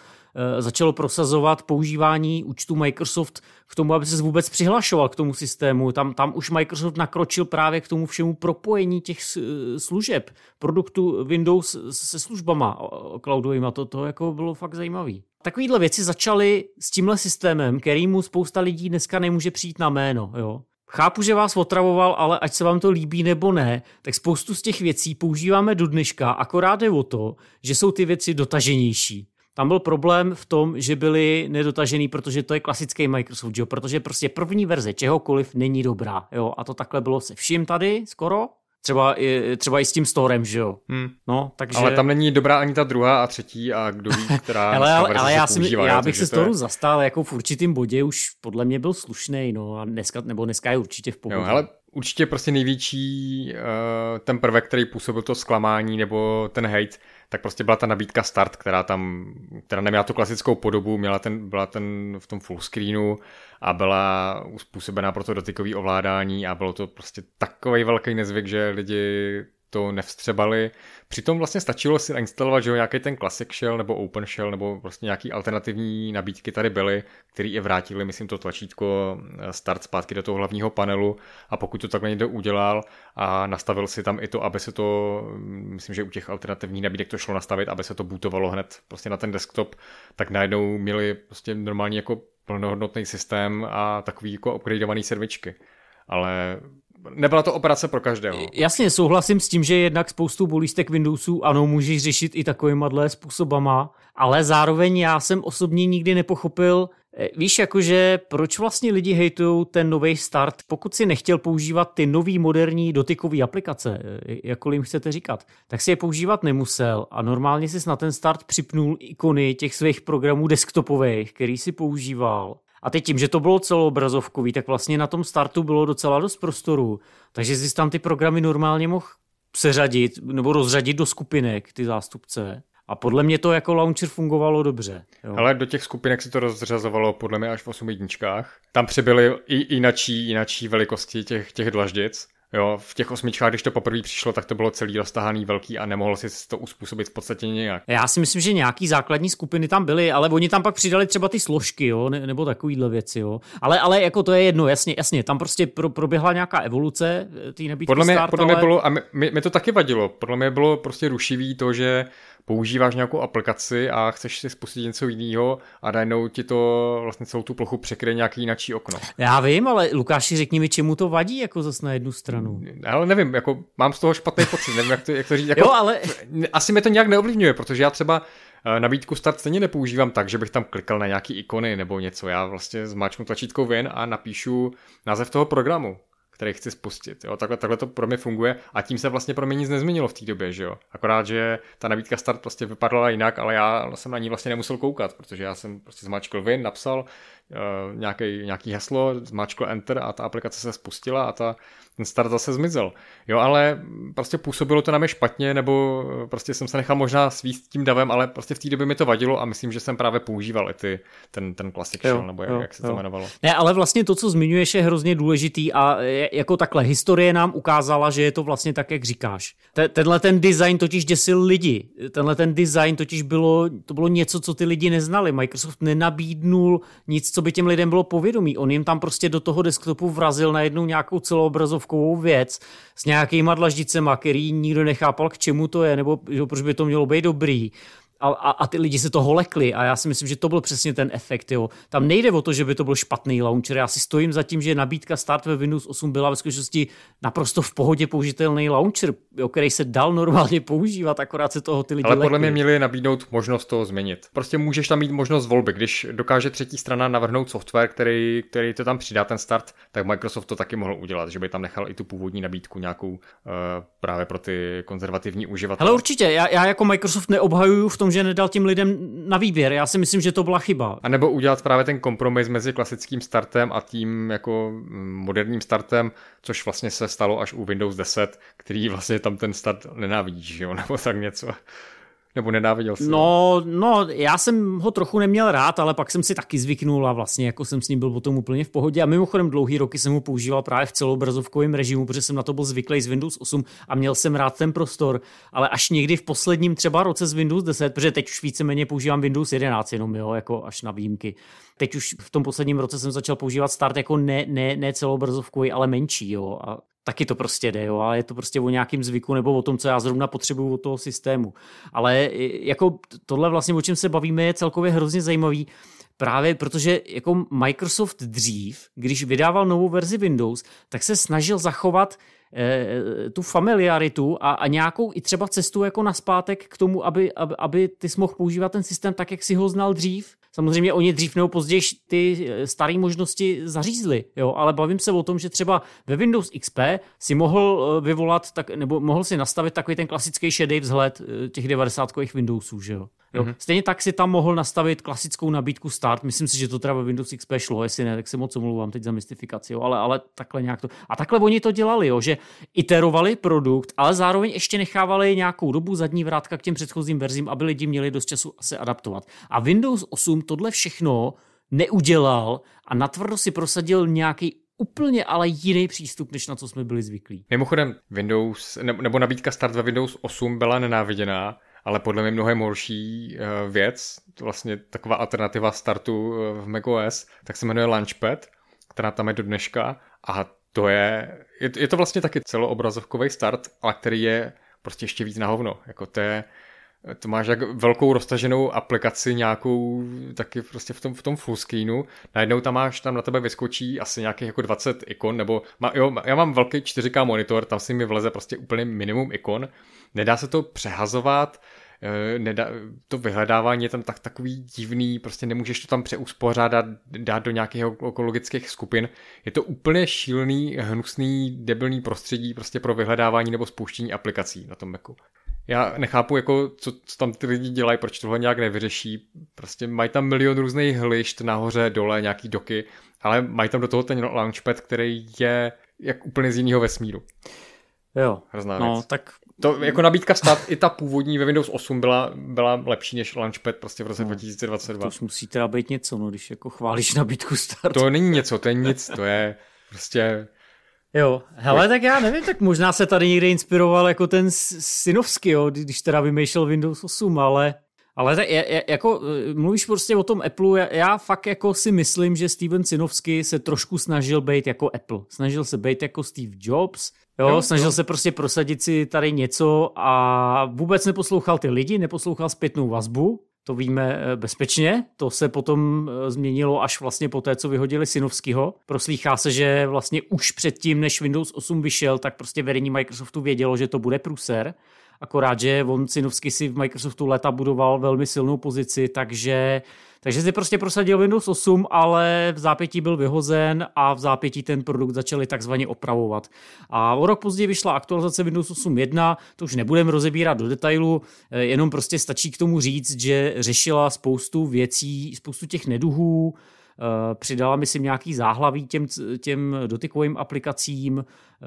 začalo prosazovat používání účtu Microsoft k tomu, aby se vůbec přihlašoval k tomu systému. Tam už Microsoft nakročil právě k tomu všemu propojení těch služeb, produktu Windows se službama cloudovýma. To jako bylo fakt zajímavý. Takovýhle věci začaly s tímhle systémem, kterýmu spousta lidí dneska nemůže přijít na jméno. Jo. Chápu, že vás otravoval, ale ať se vám to líbí nebo ne, tak spoustu z těch věcí používáme do dneška, akorát jde o to, že jsou ty věci dotaženější. Tam byl problém v tom, že byly nedotažený, protože to je klasický Microsoft, jo? Protože prostě první verze čehokoliv není dobrá. Jo? A to takhle bylo se vším tady skoro. Třeba i s tím storem, že jo. No, takže... Ale tam není dobrá ani ta druhá a třetí a kdo ví, která ale já bych se storu zastal, jako v určitým bodě už podle mě byl slušnej, no a dneska je určitě v pohodě. Jo, ale určitě prostě největší ten prvek, který působil to zklamání nebo ten hate, tak prostě byla ta nabídka Start, která neměla tu klasickou podobu, byla v tom full screenu a byla uspůsobená pro to dotykové ovládání a bylo to prostě takovej velký nezvyk, že lidi to nevstřebali. Přitom vlastně stačilo si instalovat, že nějaký ten Classic Shell nebo Open Shell nebo prostě nějaký alternativní nabídky tady byly, který je vrátili, myslím, to tlačítko Start zpátky do toho hlavního panelu a pokud to takhle někdo udělal a nastavil si tam i to, aby se to, myslím, že u těch alternativních nabídek to šlo nastavit, aby se to bootovalo hned prostě na ten desktop, tak najednou měli prostě normální jako plnohodnotný systém a takový jako upgradeovaný servičky. Ale nebyla to operace pro každého. Jasně, souhlasím s tím, že jednak spoustu bolístek Windowsů ano, můžeš řešit i takovýmhle způsobama, ale zároveň já jsem osobně nikdy nepochopil, víš, jakože proč vlastně lidi hejtujou ten nový Start, pokud si nechtěl používat ty nový moderní dotykové aplikace, jakkoliv jim chcete říkat, tak si je používat nemusel a normálně si na ten Start připnul ikony těch svých programů desktopových, který si používal. A teď tím, že to bylo celoobrazovkový, tak vlastně na tom Startu bylo docela dost prostoru, takže jsi tam ty programy normálně mohl seřadit nebo rozřadit do skupinek, ty zástupce. A podle mě to jako launcher fungovalo dobře. Jo. Ale do těch skupinek si to rozřazovalo podle mě až v 8 jedničkách. Tam přibyly i jinačí velikosti těch dlaždic. Jo, v těch 8, když to poprvé přišlo, tak to bylo celý roztahaný velký a nemohl si to uspůsobit v podstatě nějak. Já si myslím, že nějaký základní skupiny tam byly, ale oni tam pak přidali třeba ty složky, jo, nebo takovýhle věci, jo. Ale jako to je jedno, jasně, tam prostě proběhla nějaká evoluce té nabídky Start. Podle mě bylo, a mi to taky vadilo, podle mě bylo prostě rušivý to, že používáš nějakou aplikaci a chceš si spustit něco jiného a najednou ti to vlastně celou tu plochu překryje nějaký jinačí okno. Já vím, ale Lukáši, řekni mi, čemu to vadí jako zase na jednu stranu. Ale nevím, jako mám z toho špatný pocit, nevím, jak to říct. Jako, jo, ale... Asi mě to nějak neovlivňuje, protože já třeba nabídku Start stejně nepoužívám tak, že bych tam klikal na nějaký ikony nebo něco. Já vlastně zmáčknu tlačítko Win a napíšu název toho programu, který chci spustit. Jo? Takhle to pro mě funguje a tím se vlastně pro mě nic nezměnilo v té době, že jo. Akorát, že ta nabídka Start prostě vypadala jinak, ale já jsem na ní vlastně nemusel koukat, protože já jsem prostě zmáčkl Win, napsal nějaký heslo, zmáčkl Enter a ta aplikace se spustila a ten Start zase zmizel. Jo, ale prostě působilo to na mě špatně, nebo prostě jsem se nechal možná svíst tím davem, ale prostě v té době mi to vadilo a myslím, že jsem právě používal i ten Classic Shell, nebo jak se to jmenovalo. Ne, ale vlastně to, co zmiňuješ, je hrozně důležitý a jako takhle historie nám ukázala, že je to vlastně tak, jak říkáš. Tenhle ten design totiž děsil lidi. Tenhle ten design totiž bylo něco, co ty lidi neznali. Microsoft nenabídnul nic, co by těm lidem bylo povědomí. On jim tam prostě do toho desktopu vrazil najednou nějakou celoobrazovkovou věc s nějakýma dlaždicema, který nikdo nechápal, k čemu to je, nebo proč by to mělo být dobrý. A ty lidi se toho lekli a já si myslím, že to byl přesně ten efekt. Jo. Tam nejde o to, že by to byl špatný launcher. Já si stojím za tím, že nabídka Start ve Windows 8 byla ve skutečnosti naprosto v pohodě použitelný launcher, jo, který se dal normálně používat, akorát se toho ty lidi lekli. Ale podle mě měli nabídnout možnost toho změnit. Prostě můžeš tam mít možnost volby. Když dokáže třetí strana navrhnout software, který to tam přidá ten Start, tak Microsoft to taky mohl udělat, že by tam nechal i tu původní nabídku nějakou právě pro ty konzervativní uživatele. Ale určitě, já jako Microsoft neobhajuju v tom, že nedal těm lidem na výběr. Já si myslím, že to byla chyba. A nebo udělat právě ten kompromis mezi klasickým startem a tím jako moderním startem, což vlastně se stalo až u Windows 10, který vlastně tam ten start nenávidí, že jo, nebo tak něco. Nebo nenáviděl jsem. No, já jsem ho trochu neměl rád, ale pak jsem si taky zvyknul a vlastně jako jsem s ním byl potom úplně v pohodě. A mimochodem dlouhý roky jsem ho používal právě v celoobrazovkovém režimu, protože jsem na to byl zvyklý z Windows 8 a měl jsem rád ten prostor. Ale až někdy v posledním třeba roce z Windows 10, protože teď už víceméně používám Windows 11 jenom, jo, jako až na výjimky. Teď už v tom posledním roce jsem začal používat Start jako ne celoobrazovkový, ale menší, jo. A taky to prostě jde, jo, ale je to prostě o nějakým zvyku nebo o tom, co já zrovna potřebuju od toho systému. Ale jako tohle vlastně, o čem se bavíme, je celkově hrozně zajímavý, právě protože jako Microsoft dřív, když vydával novou verzi Windows, tak se snažil zachovat tu familiaritu a nějakou i třeba cestu jako naspátek k tomu, aby ty jsi mohl používat ten systém tak, jak si ho znal dřív. Samozřejmě oni dřív nebo později ty staré možnosti zařízli, jo, ale bavím se o tom, že třeba ve Windows XP si mohl vyvolat, nebo mohl si nastavit takový ten klasický šedý vzhled těch 90kových Windowsů, že jo. Mm-hmm. Stejně tak si tam mohl nastavit klasickou nabídku Start. Myslím si, že to teda ve Windows XP šlo, jestli ne, tak se moc omlouvám teď za mystifikaci, jo, ale takhle nějak to. A takhle oni to dělali, jo, že iterovali produkt, ale zároveň ještě nechávali nějakou dobu zadní vrátka k těm předchozím verzím, aby lidi měli dost času se adaptovat. A Windows 8 tohle všechno neudělal a natvrdo si prosadil nějaký úplně ale jiný přístup, než na co jsme byli zvyklí. Mimochodem Windows, nebo nabídka Start ve Windows 8 byla nenáviděná, ale podle mě mnohem horší věc, vlastně taková alternativa Startu v macOS, tak se jmenuje Launchpad, která tam je do dneška a to je to vlastně taky celoobrazovkový Start, ale který je prostě ještě víc na hovno. Jako to máš jak velkou roztaženou aplikaci nějakou taky prostě v tom fullscreenu. Najednou tam na tebe vyskočí asi nějakých jako 20 ikon, nebo já mám velký 4K monitor, tam si mi vleze prostě úplně minimum ikon. Nedá se to přehazovat, to vyhledávání je tam takový divný, prostě nemůžeš to tam přeuspořádat, dát do nějakých ekologických skupin. Je to úplně šílený, hnusný, debilný prostředí prostě pro vyhledávání nebo spouštění aplikací na tom Macu. Já nechápu, jako, co tam ty lidi dělají, proč tohle nějak nevyřeší. Prostě mají tam milion různých hlišť nahoře, dole, nějaký doky, ale mají tam do toho ten launchpad, který je jak úplně z jiného vesmíru. Jo, hrozná no věc. tak... To jako nabídka Start, i ta původní ve Windows 8 byla lepší než Launchpad prostě v roce 2022. To už musí teda být něco, no, když jako chválíš nabídku Start. To není něco, to je nic, to je prostě... Jo, hele, tak já nevím, tak možná se tady někde inspiroval jako ten Synovský, jo, když teda vymýšlel Windows 8, ale tak jako mluvíš prostě o tom Apple, já fakt jako si myslím, že Steven Synovský se trošku snažil být jako Apple. Snažil se být jako Steve Jobs, jo, snažil se prostě prosadit si tady něco a vůbec neposlouchal ty lidi, neposlouchal zpětnou vazbu. To víme bezpečně, to se potom změnilo až vlastně po té, co vyhodili Synovskýho. Proslýchá se, že vlastně už předtím, než Windows 8 vyšel, tak prostě vedení Microsoftu vědělo, že to bude průser. Akorát, že on Synovský si v Microsoftu léta budoval velmi silnou pozici, takže si prostě prosadil Windows 8, ale v zápětí byl vyhozen a v zápětí ten produkt začali takzvaně opravovat. A o rok později vyšla aktualizace Windows 8.1, to už nebudeme rozebírat do detailu, jenom prostě stačí k tomu říct, že řešila spoustu věcí, spoustu těch neduhů, přidala myslím nějaký záhlaví těm dotykovým aplikacím,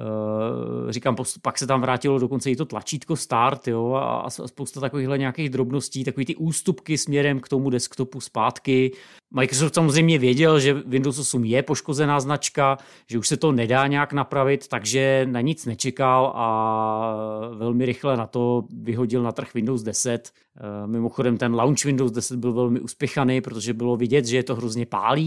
říkám, pak se tam vrátilo dokonce i to tlačítko Start, jo, a spousta takovýchhle nějakých drobností, takový ty ústupky směrem k tomu desktopu zpátky. Microsoft samozřejmě věděl, že Windows 8 je poškozená značka, že už se to nedá nějak napravit, takže na nic nečekal a velmi rychle na to vyhodil na trh Windows 10. Mimochodem ten launch Windows 10 byl velmi uspěchaný, protože bylo vidět, že je to hrozně pálí.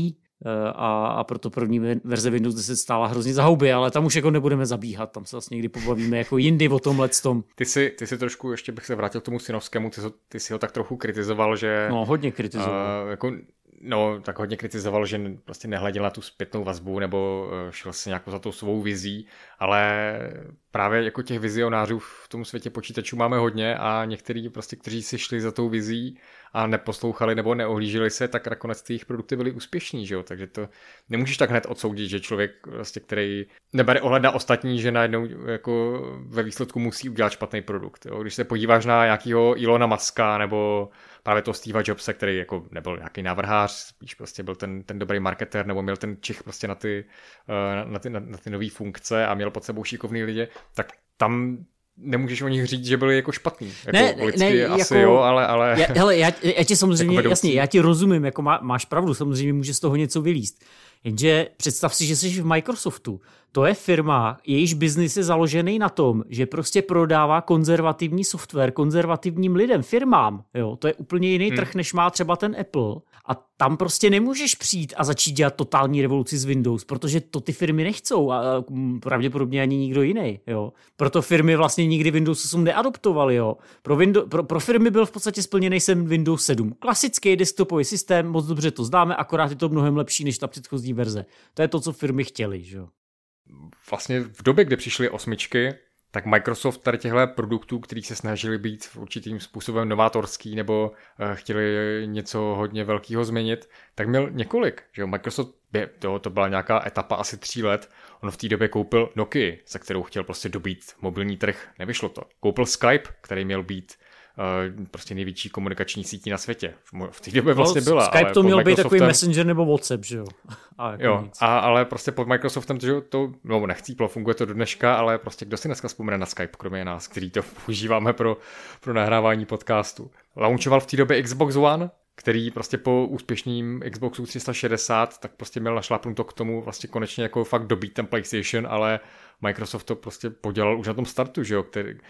a proto první verze Windows 10 stála hrozně za houby, ale tam už jako nebudeme zabíhat, tam se vlastně někdy pobavíme jako jindy o tomhletom. Ty si trošku, ještě bych se vrátil k tomu Synovskému, ty si ho tak trochu kritizoval, že... No, hodně kritizoval. Tak hodně kritizoval, že prostě nehleděl na tu zpětnou vazbu nebo šel si nějak za tou svou vizí, ale právě jako těch vizionářů v tom světě počítačů máme hodně a některý prostě, kteří si šli za tou vizí a neposlouchali nebo neohlížili se, tak nakonec ty jejich produkty byly úspěšní, že jo? Takže to nemůžeš tak hned odsoudit, že člověk prostě, který nebere ohled na ostatní, že najednou jako ve výsledku musí udělat špatný produkt. Jo? Když se podíváš na nějakého Elona Muska nebo právě toho Steva Jobse, který jako nebyl nějaký návrhář, spíš prostě byl ten dobrý marketér nebo měl ten čich prostě na ty nové funkce a měl pod sebou šikovný lidi, tak tam nemůžeš o nich říct, že byli jako špatný. Jako politicky asi jako, jo, ale... Hele, já ti samozřejmě, jako jasně, já ti rozumím, jako máš pravdu, samozřejmě může z toho něco vylízt. Jenže představ si, že jsi v Microsoftu. To je firma, jejíž biznis je založený na tom, že prostě prodává konzervativní software konzervativním lidem, firmám. Jo, to je úplně jiný trh, než má třeba ten Apple. A tam prostě nemůžeš přijít a začít dělat totální revoluci z Windows, protože to ty firmy nechcou a pravděpodobně ani nikdo jiný. Jo. Proto firmy vlastně nikdy Windows 8 neadoptovaly. Jo. Pro firmy byl v podstatě splněný sem Windows 7. Klasický desktopový systém, moc dobře to známe, akorát je to mnohem lepší než ta předchozí verze. To je to, co firmy chtěly. Že? Vlastně v době, kdy přišly osmičky, tak Microsoft tady těchto produktů, který se snažili být určitým způsobem novátorský nebo chtěli něco hodně velkého změnit, tak měl několik. Že Microsoft, to byla nějaká etapa asi 3 let, on v té době koupil Nokia, se kterou chtěl prostě dobít mobilní trh, nevyšlo to. Koupil Skype, který měl být prostě největší komunikační sítí na světě. V té době vlastně byla. Skype ale to měl být takový Messenger nebo WhatsApp, že jo? Ale prostě pod Microsoftem to nechcíplo, funguje to do dneška, ale prostě kdo si dneska vzpomene na Skype, kromě nás, kteří to používáme pro nahrávání podcastu. Launchoval v té době Xbox One, který prostě po úspěšným Xboxu 360 tak prostě měl našlápnuto k tomu vlastně konečně jako fakt dobít ten PlayStation, ale Microsoft to prostě podělal už na tom startu, že jo,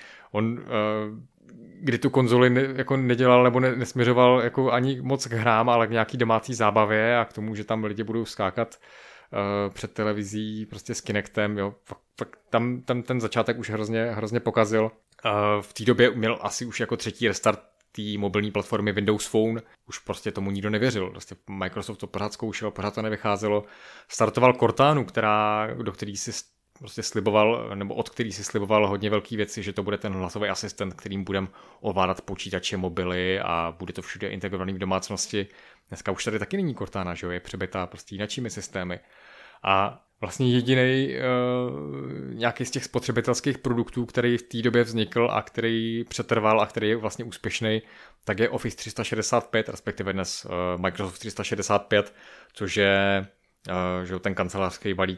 kdy tu konzoli jako nedělal nebo nesměřoval jako ani moc k hrám, ale k nějaký domácí zábavě a k tomu, že tam lidi budou skákat před televizí prostě s Kinectem, jo. Fakt tam ten začátek už hrozně pokazil. V té době měl asi už jako 3. restart té mobilní platformy Windows Phone, už prostě tomu nikdo nevěřil. Prostě Microsoft to pořád zkoušel, pořád to nevycházelo. Startoval Cortánu, do který si prostě sliboval, nebo od který si sliboval hodně velké věci, že to bude ten hlasový asistent, kterým budeme ovládat počítače, mobily a bude to všude integrovaný v domácnosti. Dneska už tady taky není Cortana, že jo, je přebytá prostě jinakšími systémy. A vlastně jediný nějaký z těch spotřebitelských produktů, který v té době vznikl a který přetrval a který je vlastně úspěšný, tak je Office 365, respektive dnes Microsoft 365, což je že ten kancelářský balík,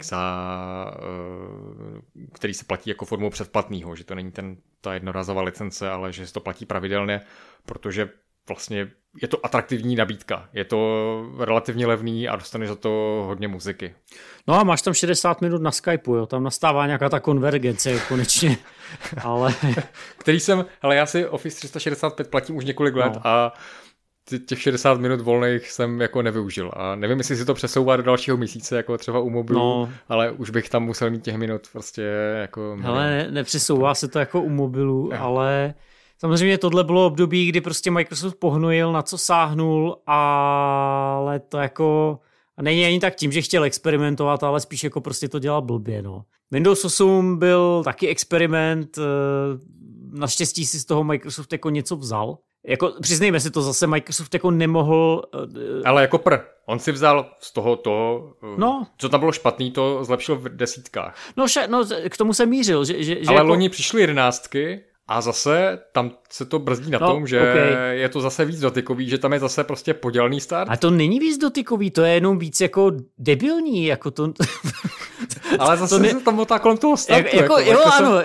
který se platí jako formou předplatného, že to není ta jednorazová licence, ale že se to platí pravidelně, protože vlastně je to atraktivní nabídka. Je to relativně levný a dostaneš za to hodně muziky. No a máš tam 60 minut na Skypeu, jo? Tam nastává nějaká ta konvergence konečně. Ale já si Office 365 platím už několik let a těch 60 minut volných jsem jako nevyužil a nevím, jestli si to přesouvá do dalšího měsíce, jako třeba u mobilu, ale už bych tam musel mít těch minut prostě jako... Hele, nepřesouvá se to jako u mobilu, ale samozřejmě tohle bylo období, kdy prostě Microsoft pohnojil, na co sáhnul, ale to jako... Není ani tak tím, že chtěl experimentovat, ale spíš jako prostě to dělal blbě, no. Windows 8 byl taky experiment, naštěstí si z toho Microsoft jako něco vzal. Jako, přiznejme si to, zase Microsoft jako nemohl... Ale jako on si vzal z toho co tam bylo špatný, to zlepšil v desítkách. No, k tomu jsem mířil. Že ale jako... loni přišly 11 a zase tam se to brzdí na tom, že je to zase víc dotykový, že tam je zase prostě podělaný start. A to není víc dotykový, to je jenom víc jako debilní, jako to... Ale zase se tam motá kolem toho startu. Ano.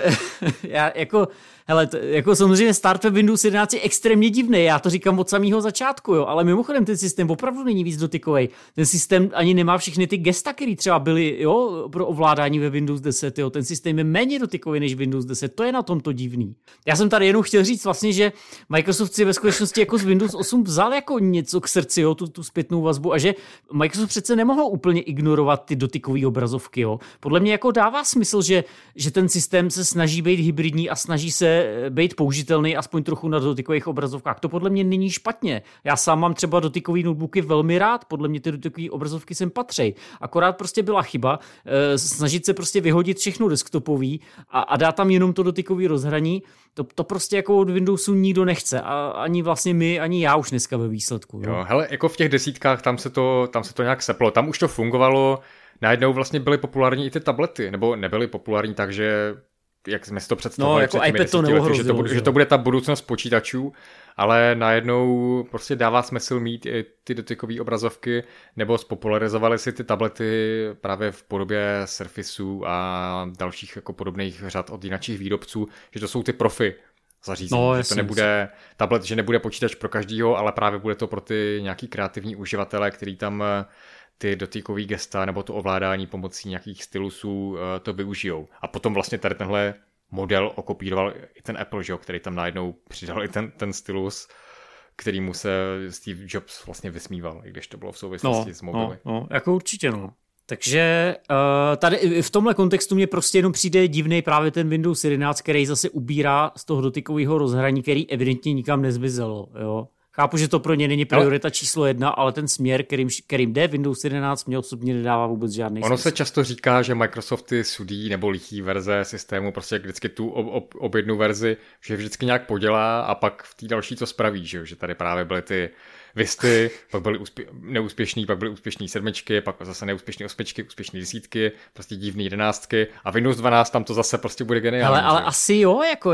Hele, samozřejmě start ve Windows 11 je extrémně divný, já to říkám od samého začátku, jo, ale mimochodem ten systém opravdu není víc dotykový. Ten systém ani nemá všechny ty gesta, které třeba byly, jo, pro ovládání ve Windows 10, jo. Ten systém je méně dotykový než Windows 10, to je na tom to divný. Já jsem tady jenom chtěl říct vlastně, že Microsoft si ve skutečnosti jako z Windows 8 vzal jako něco k srdci, jo, tu zpětnou vazbu a že Microsoft přece nemohl úplně ignorovat ty dotykové obrazovky, jo. Podle mě jako dává smysl, že ten systém se snaží být hybridní a snaží se být použitelný aspoň trochu na dotykových obrazovkách. To podle mě není špatně. Já sám mám třeba dotykový notebooky velmi rád, podle mě ty dotykové obrazovky sem patří. Akorát prostě byla chyba snažit se prostě vyhodit všechno desktopový a dát tam jenom to dotykové rozhraní. To prostě jako od Windowsu nikdo nechce a ani vlastně my, ani já už dneska ve výsledku. Jo, hele, jako v těch desítkách tam se to nějak seplo. Tam už to fungovalo. Najednou vlastně byly populární i ty tablety, nebo nebyly populární, takže jak jsme si to představovali jako iPad to neohrozilo, že to bude ta budoucnost počítačů, ale najednou prostě dává smysl mít i ty dotykové obrazovky, nebo spopularizovali si ty tablety právě v podobě Surfaceů a dalších jako podobných řad od jiných výrobců, že to jsou ty profi zařízení, že to nebude tablet, že nebude počítač pro každýho, ale právě bude to pro ty nějaký kreativní uživatele, který tam ty dotykové gesta nebo to ovládání pomocí nějakých stylusů to využijou. A potom vlastně tady tenhle model okopíroval i ten Apple, že jo, který tam najednou přidal i ten stylus, kterýmu se Steve Jobs vlastně vysmíval, i když to bylo v souvislosti s mobily. No, jako určitě, no. Takže tady v tomhle kontextu mě prostě jenom přijde divný právě ten Windows 11, který zase ubírá z toho dotykového rozhraní, který evidentně nikam nezmizelo, jo. Chápu, že to pro ně není priorita číslo 1, ale ten směr, kterým jde Windows 11, mě osobně nedává vůbec žádný smysl. Ono se často říká, že Microsofty sudí nebo lichý verze systému, prostě vždycky tu objednu verzi, že vždycky nějak podělá a pak v té další to spraví, že tady právě byly ty Visty, pak byly neúspěšný, pak byly úspěšný 7, pak zase neúspěšný 8, úspěšný 10, prostě divný 11 a Windows 12 tam to zase prostě bude geniální. Ale asi jo, jako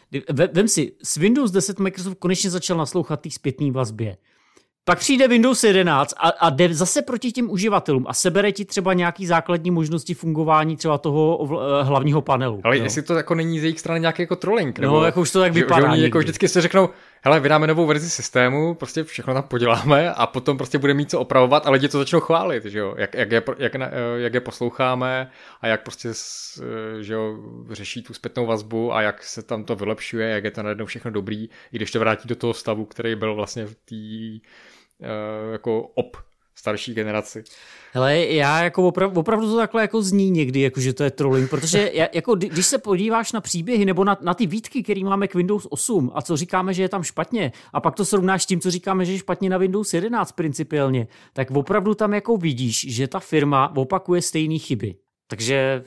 vem si, s Windows 10 Microsoft konečně začal naslouchat té zpětné vazbě. Pak přijde Windows 11 a jde zase proti těm uživatelům a sebere ti třeba nějaký základní možnosti fungování třeba toho hlavního panelu. Ale jestli to jako není z jejich strany nějaký jako trolling, nebo no, jako už to tak vypadá. Že oni jako vždycky si řeknou, hele, vydáme novou verzi systému, prostě všechno tam poděláme a potom prostě bude mít co opravovat a lidi to začnou chválit, že jo, jak je posloucháme a jak prostě že jo, řeší tu zpětnou vazbu a jak se tam to vylepšuje, jak je to najednou všechno dobrý, i když to vrátí do toho stavu, který byl vlastně v té jako starší generaci. Hele, já jako opravdu to takhle jako zní někdy, jako že to je trolling, protože jako když se podíváš na příběhy nebo na ty výtky, které máme k Windows 8 a co říkáme, že je tam špatně a pak to srovnáš s tím, co říkáme, že je špatně na Windows 11 principiálně, tak opravdu tam jako vidíš, že ta firma opakuje stejné chyby. Takže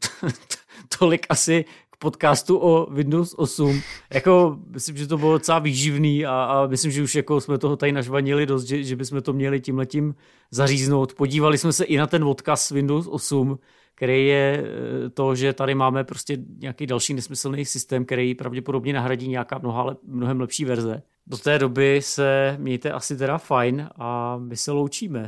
tolik asi k podcastu o Windows 8. Jako myslím, že to bylo docela výživný a myslím, že už jako jsme toho tady nažvanili dost, že bychom to měli tímhletím zaříznout. Podívali jsme se i na ten odkaz Windows 8, který je to, že tady máme prostě nějaký další nesmyslný systém, který pravděpodobně nahradí nějaká mnohem lepší verze. Do té doby se mějte asi teda fajn a my se loučíme.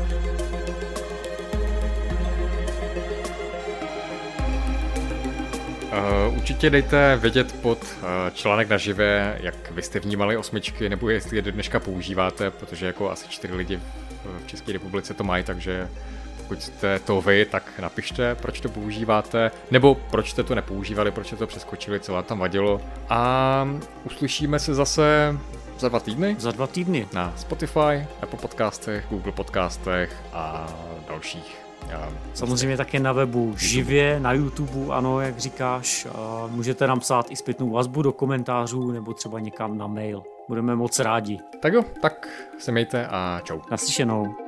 Určitě dejte vědět pod článek na živě, jak vy jste vnímali 8, nebo jestli je do dneška používáte, protože jako asi 4 lidi v České republice to mají, takže pokud jste to vy, tak napište, proč to používáte, nebo proč jste to nepoužívali, proč jste to přeskočili, co vám tam vadilo. A uslyšíme se zase za 2 týdny. Za 2 týdny. Na Spotify, Apple podcastech, Google podcastech a dalších. Samozřejmě také na webu živě, na YouTube, ano, jak říkáš. Můžete nám psát i zpětnou vazbu do komentářů nebo třeba někam na mail. Budeme moc rádi. Tak jo, tak se mějte a čau. Naslyšenou.